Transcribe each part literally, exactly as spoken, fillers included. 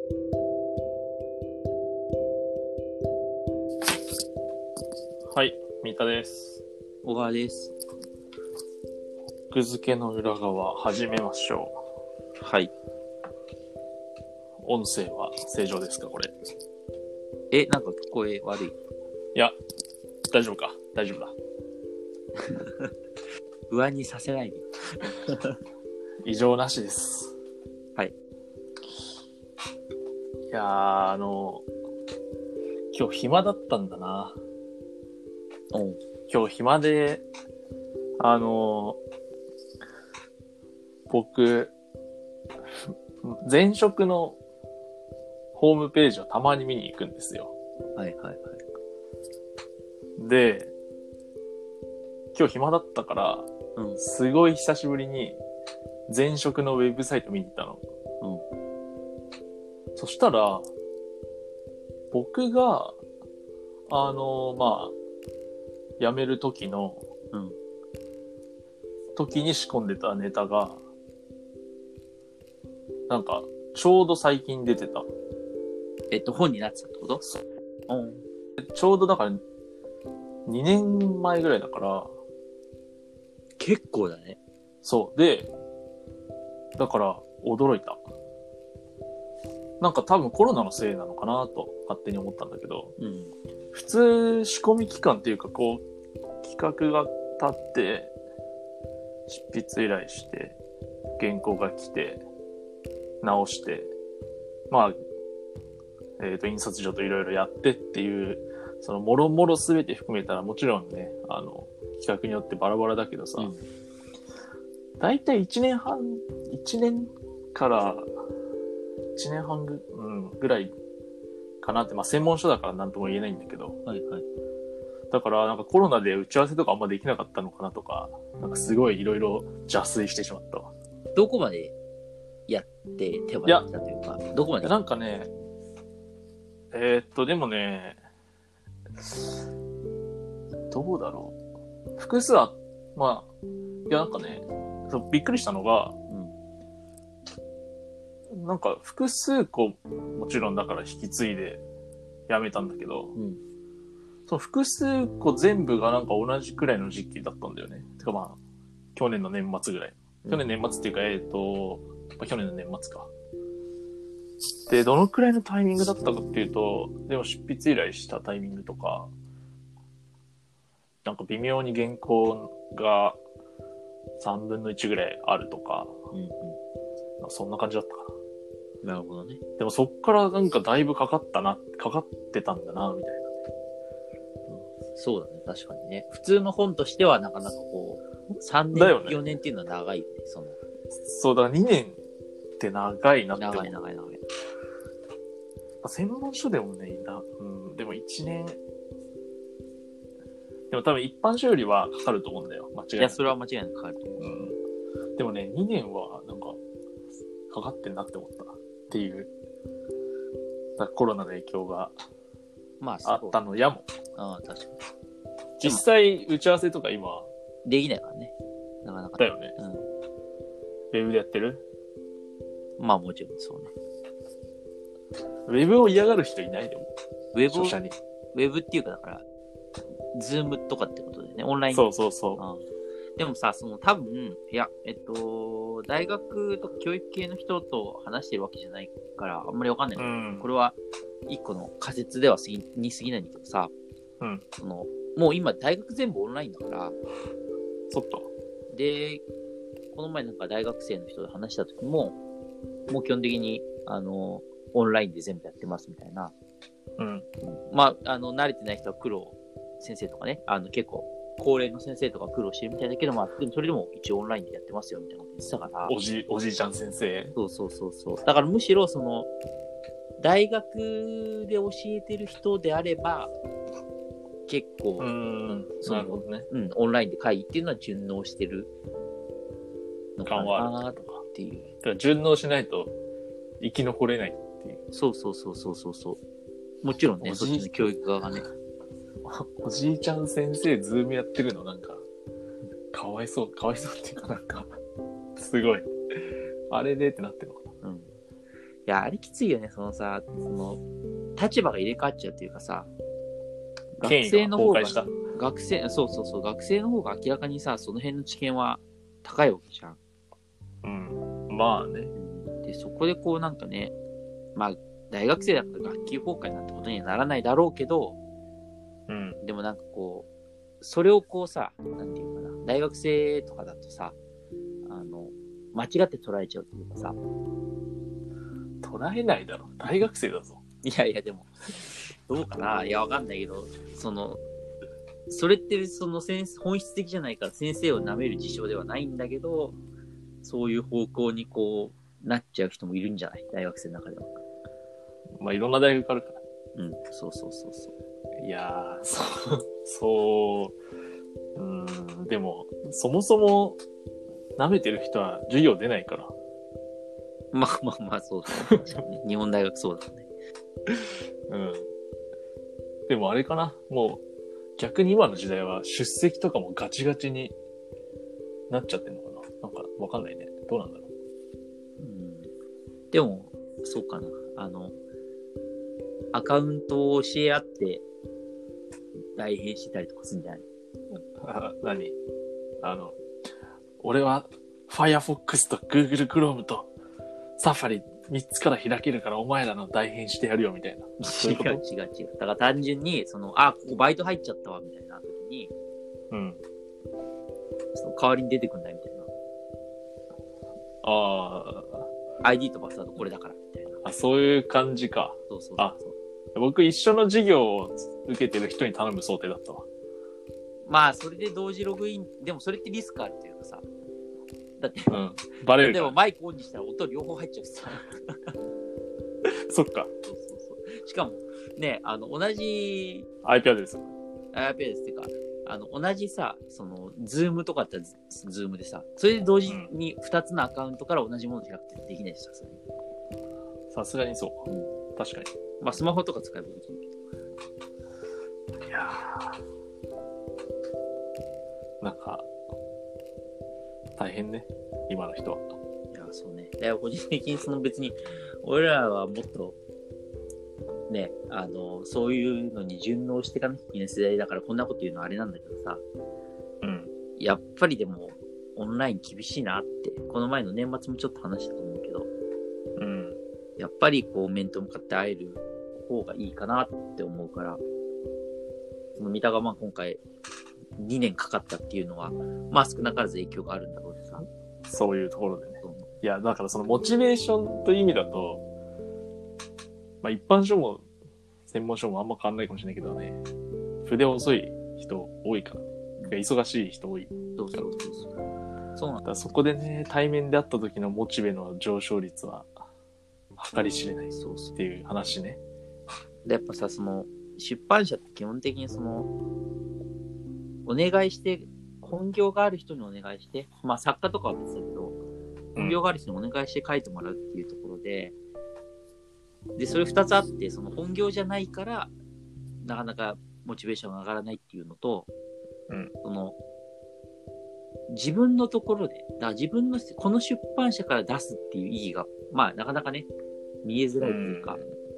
はい、三田です。 小川です。 奥付けの裏側始めましょう。はい。 音声は正常ですか、これ？ え、なんか聞こえ悪い？ いや、大丈夫か、大丈夫だ。 不安にさせないで。 異常なしです。 はい。 いやー、あの、今日暇だったんだな。 うん。 今日暇で、あの、僕、前職のホームページをたまに見に行くんですよ。 はいはいはい。 で、今日暇だったから、 うん、 すごい久しぶりに前職のウェブサイト見に行ったの。うん。そしたら、僕が、あの、まあ、辞める時の、うん、時に仕込んでたネタが、なんか、ちょうど最近出てた。 えっと、本になってたってこと？ そう。 うん。 ちょうどだから、にねんまえぐらいだから、 結構だね。 そう。で、だから驚いた。なんか多分コロナのせいなのかなと勝手に思ったんだけど、うん、普通仕込み期間っていうかこう企画が立って執筆依頼して原稿が来て直してまあえっと印刷所といろいろやってっていうそのもろもろすべて含めたらもちろんねあの企画によってバラバラだけどさ、うん、だいたいいちねんはんいちねんからいちねんはんぐ、うん、ぐらいかなって、まあ専門書だからなんとも言えないんだけど、はいはい。だからなんかコロナで打ち合わせとかあんまできなかったのかなとか、なんかすごいいろいろ邪推してしまったわ。 どこまでやって手放したというか、どこまで？ なんかね、えー、っとでもね、どうだろう。複数はまあいやなんかね、そうびっくりしたのが。なんか複数個もちろんだから引き継いで辞めたんだけど、うん、その複数個全部がなんか同じくらいの時期だったんだよね。てかまあ去年の年末ぐらい。去年年末っていうか、うん、えっ、ー、と、まあ、去年の年末か。でどのくらいのタイミングだったかっていうと、でも執筆依頼したタイミングとか、なんか微妙に原稿がさんぶんのいちぐらいあるとか、うんうん、そんな感じだったかな。 なるほどね。 でもそっからなんかだいぶかかったな、かかってたんだな、みたいな、 うん。そうだね、確かにね。普通の本としてはなかなかこう、さんねん、ね、よねんっていうのは長いよね、その。 そうだ、にねんって長いなって思う。 長い長い長い。 専門書でもね、な、うん、でもいちねん、でも多分一般書よりはかかると思うんだよ、間違いない。いや、それは間違いなくかかると思う。うん。 でもね、にねんはなんか、かかってんなって思った。っていう。コロナの影響があったのやも。 まあ、ああ、確かに。 実際、打ち合わせとか今。 できないからね。なかなか。 だよね。うん。ウェブでやってる？ まあもちろんそうね。 ウェブを嫌がる人いないでも。 ウェブ著者に。 ウェブっていうかだから、ズームとかってことでね、オンライン。 そうそうそう。 ああでもさ、その多分、いや、えっと、大学とか教育系の人と話してるわけじゃないから、あんまりわかんないけど、うん、これは一個の仮説では過ぎに過ぎないんだけどさ、うん、そのもう今大学全部オンラインだから、 そっか。 で、この前なんか大学生の人と話した時も、もう基本的に、あの、オンラインで全部やってますみたいな。うん。まあ、あの、慣れてない人は苦労先生とかね、あの、結構、高齢の先生とか苦労してるみたいだけど、まあ、でもそれでも一応オンラインでやってますよみたいなこと言ってたから。 おじ、おじいちゃん先生。 そうそうそうそう。だからむしろその、大学で教えてる人であれば、結構、 うん、なるほどね。 うん、オンラインで会議っていうのは順応してるのかなとかっていう。 だから順応しないと生き残れないっていう。 そうそうそうそうそうそう。もちろんね、そっちの教育側がね。 おじいちゃん先生ズームやってるのなんかかわいそうかわいそうっていうかなんかすごいあれでってなってるのかな。うん。 や、あれきついよね、そのさ、その、立場が入れ替わっちゃうっていうかさ、学生の方が、学生、そうそうそう、学生の方が明らかにさ、その辺の知見は高いわけじゃん。 うん。まあね。 で、そこでこうなんかね、まあ、大学生だから学級崩壊なんてことにはならないだろうけど、 うん。 でもなんかこう、それをこうさ、なんていうかな、大学生とかだとさ、あの、間違って捉えちゃうっていうかさ。 捉えないだろ。大学生だぞ。 いやいや、でも、どうかな。いや、わかんないけど、その、それってその先本質的じゃないから先生を舐める事象ではないんだけど、そういう方向にこう、なっちゃう人もいるんじゃない？大学生の中では。 まあ、いろんな大学あるから。 うん、そうそうそうそう。 いやー、そう、そう、うーん、でも、そもそも、舐めてる人は授業出ないから。 まあまあまあ、そうだね。日本大学そうだね。 うん。でもあれかな、もう、逆に今の時代は出席とかもガチガチになっちゃってんのかな。なんか、わかんないね。どうなんだろう。 うん。でも、そうかな。あの、アカウントを教え合って、代返してたりとかするんじゃない？ あ、何あの、俺は Firefox と Google Chrome と Safari みっつから開けるからお前らの代返してやるよみたいな。 違う違う違う。だから単純に、その、あ、ここバイト入っちゃったわみたいな時に、 うん。 その代わりに出てくんないみたいな。 ああ。アイディー とパスワードこれだからみたいな。 あ、そういう感じか。 そうそうそうそう。 あ、僕一緒の授業を受けてる人に頼む想定だったわ。 まあ、それで同時ログイン、でもそれってリスクあるというかさ。だって、 うん。バレるから。 でもマイクオンにしたら音両方入っちゃうしさ。 そっか。 そうそうそう。しかも、ね、あの、同じ、 iPad です。 iPad ですっていうか、あの、同じさ、その、ズームとかってズームでさ、それで同時にふたつのアカウントから同じものを開くってできないしさ、それ。 さすがにそう。うん。確かに。 まあ、スマホとか使えばできるけど。いやー。なんか、大変ね。今の人は。 いや、そうね。いや、個人的にその別に、俺らはもっと、ね、あの、そういうのに順応していかなきゃいけない世代だから、こんなこと言うのはあれなんだけどさ。 うん。 やっぱりでも、オンライン厳しいなって、この前の年末もちょっと話したと思うけど、 うん。 やっぱりこう、面と向かって会える方がいいかなって思うから、その三田がまあ今回にねんかかったっていうのは、まあ少なからず影響があるんだろうしさ。 そういうところでね。いや、だからそのモチベーションという意味だと、まあ一般書も専門書もあんま変わんないかもしれないけどね、筆遅い人多いから。忙しい人多い。 そうそうそうそう。そうなんだ。そこでね、対面で会った時のモチベの上昇率は、計り知れないっていう話ね。 で、やっぱさ、その、出版社って基本的にその、お願いして、本業がある人にお願いして、まあ作家とかは別だけど、本業がある人にお願いして書いてもらうっていうところで、で、それ二つあって、その本業じゃないから、なかなかモチベーションが上がらないっていうのと、 うん、 その、自分のところで、だから自分の、この出版社から出すっていう意義が、まあなかなかね、見えづらいというか、うん、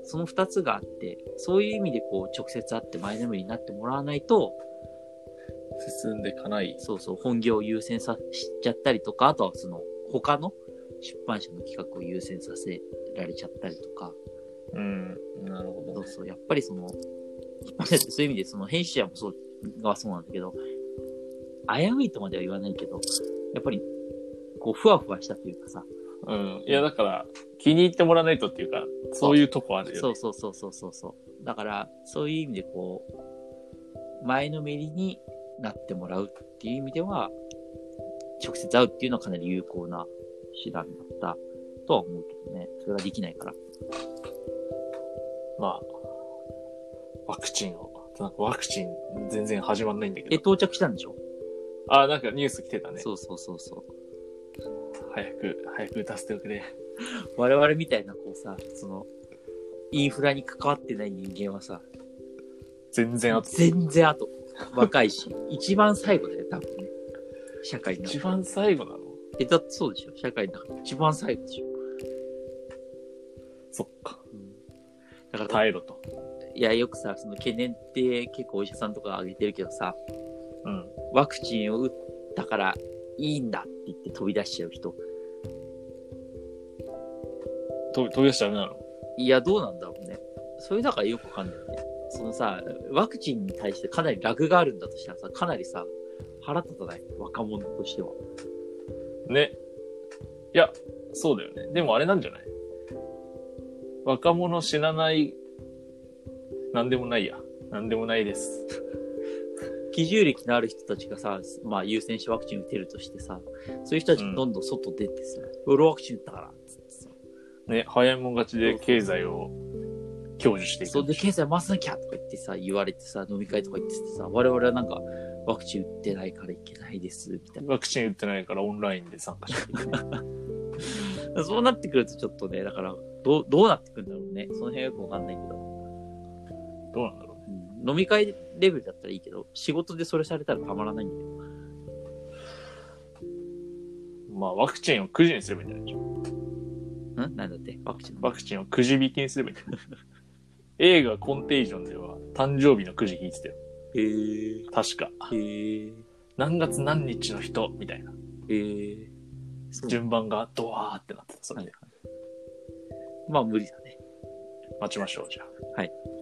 その二つがあって、そういう意味でこう直接会って前のめりになってもらわないと、 進んでいかない。 そうそう、本業を優先さしちゃったりとか、あとはその他の出版社の企画を優先させられちゃったりとか。 うん、なるほど、ね。 そうそう、やっぱりその、そういう意味でその編集者もそうがそうなんだけど、危ういとまでは言わないけど、やっぱりこうふわふわしたというかさ。 うん。いやだから気に入ってもらわないとっていうか、そういうとこあるよね。 そうそうそうそうそうそう。だからそういう意味でこう前のめりになってもらうっていう意味では、直接会うっていうのはかなり有効な手段だったとは思うけどね。それができないから。 まあ、ワクチンを、なんかワクチン全然始まんないんだけど。 え、到着したんでしょ？ あ、なんかニュース来てたね。 そうそうそうそう。 早く、早く打たせておくれ。 我々みたいなこうさ、その、インフラに関わってない人間はさ、 全然後。 全然後。若いし、一番最後だよ、多分ね。社会の。 一番最後なの？ え、だってそうでしょ？社会の中で一番最後でしょ。 そっか。 うん、だから耐えろと。 いや、よくさ、その懸念って結構お医者さんとか挙げてるけどさ、 うん。 ワクチンを打ったからいいんだって言って飛び出しちゃう人。 飛び出しちゃダメなの？ いや、どうなんだろうね。それだからよくわかんないよね。そのさ、ワクチンに対してかなりラグがあるんだとしたらさ、かなりさ、腹立たない？若者としては。 ね。いや、そうだよね。でもあれなんじゃない？若者死なない、なんでもないや。なんでもないです。 基準歴のある人たちがさ、まあ優先してワクチン打てるとしてさ、そういう人たちがどんどん外出てさ、うん、俺ワクチン打ったから、つってさ。 ね、早いもん勝ちで経済を享受していく。 そうで、経済回さなきゃとか言ってさ、言われてさ、飲み会とか行ってさ、我々はなんか、ワクチン打ってないからいけないです、みたいな。 ワクチン打ってないからオンラインで参加していけない。 そうなってくるとちょっとね、だから、どう、どうなってくるんだろうね。その辺はよくわかんないけど。 どうなんだろうね、 うん。飲み会レベルだったらいいけど、仕事でそれされたらたまらないんだよ。 まあ、ワクチンをくじにすればいいんじゃないでしょ。 んなんだってワクチンワクチンをくじ引きにすればいいんじゃない映画コンテージョンでは誕生日のくじ引いてたよ。 へー。 確か。 へー。 何月何日の人みたいな。 へー。 順番がドワーってなってた、それで。 はいはい、まあ無理だね。 待ちましょう、じゃあ。 はい。